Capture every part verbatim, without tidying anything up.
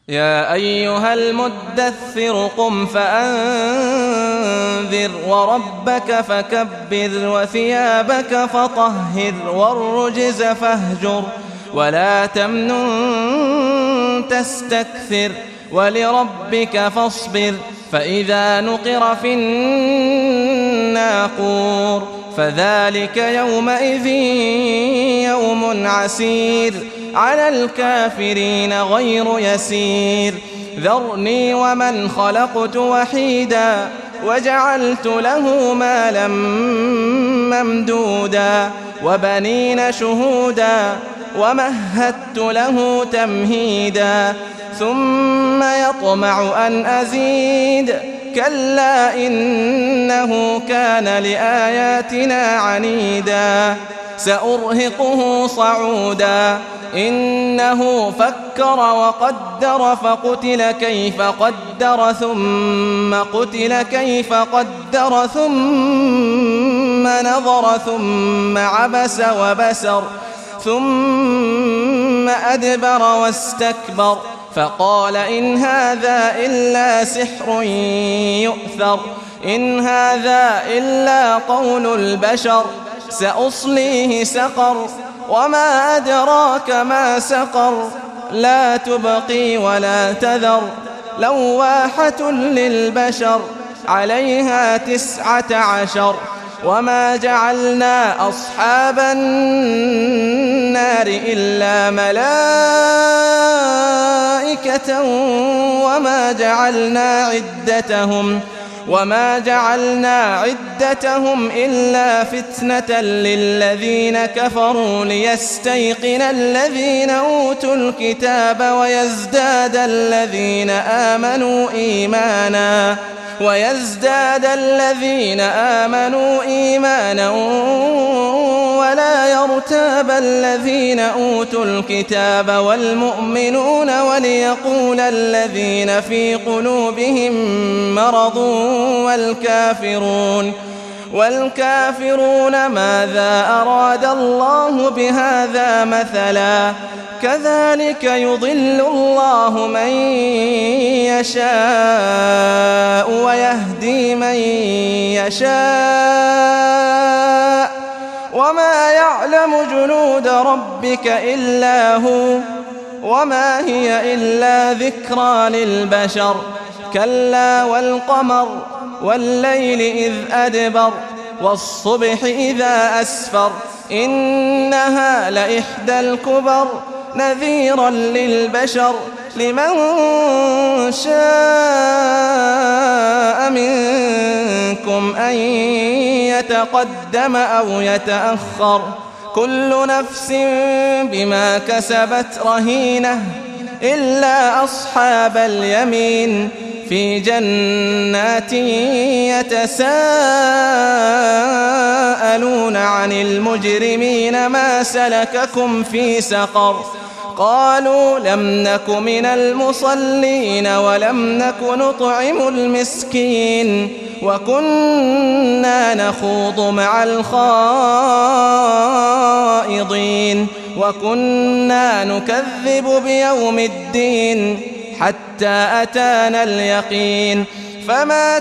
يا أيها المدثر قم فأنذر وربك فكبر وثيابك فطهر والرجز فاهجر ولا تمنن تستكثر ولربك فاصبر فإذا نقر في الناقور فذلك يومئذ يوم عسير على الكافرين غير يسير ذرني ومن خلقت وحيدا وجعلت له مالا ممدودا وبنين شهودا ومهدت له تمهيدا ثم يطمع أن أزيد كلا إنه كان لآياتنا عنيدا سأرهقه صعودا إنه فكر وقدر فقتل كيف قدر ثم قتل كيف قدر ثم نظر ثم عبس وبسر ثم أدبر واستكبر فقال إن هذا إلا سحر يؤثر إن هذا إلا قول البشر سأصليه سقر وما أدراك ما سقر لا تبقي ولا تذر لواحة للبشر عليها تسعة عشر وما جعلنا أصحاب النار إلا ملائكة وما جعلنا عدتهم وما جعلنا عدتهم إلا فتنة للذين كفروا ليستيقن الذين أوتوا الكتاب ويزداد الذين آمنوا إيمانا ويزداد الذين آمنوا إيمانا ولا يرتاب الذين أوتوا الكتاب والمؤمنون وليقول الذين في قلوبهم مرض والكافرون والكافرون ماذا أراد الله بهذا مثلا كذلك يضل الله من يشاء ويهدي من يشاء وما يعلم جنود ربك إلا هو وما هي إلا ذكرى للبشر كلا والقمر والليل إذ أدبر والصبح إذا أسفر إنها لإحدى الكبر نذيرا للبشر لمن شاء منكم أن يتقدم أو يتأخر كل نفس بما كسبت رهينة إلا أصحاب اليمين في جنات يتساءلون عن المجرمين ما سلككم في سقر قالوا لم نك من المصلين ولم نك نطعم المسكين وكنا نخوض مع الخائضين وكنا نكذب بيوم الدين حتى أتانا اليقين فما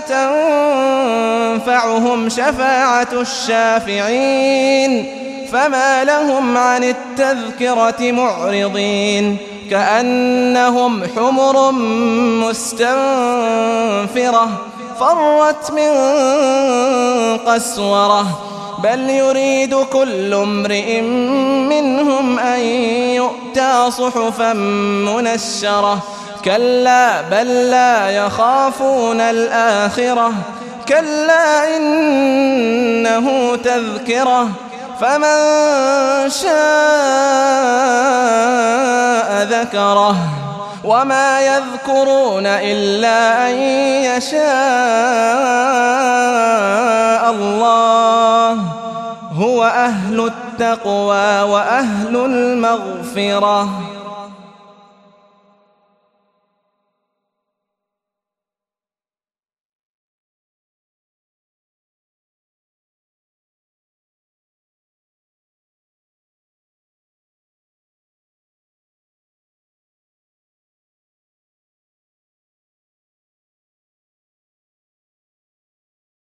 تنفعهم شفاعة الشافعين فما لهم عن التذكرة معرضين كأنهم حمر مستنفرة فرت من قسورة بل يريد كل امرئ منهم أن يؤتى صحفا منشرة كلا بل لا يخافون الآخرة كلا إنه تذكرة فمن شاء ذكره وما يذكرون إلا أن يشاء الله هو أهل التقوى وأهل المغفرة.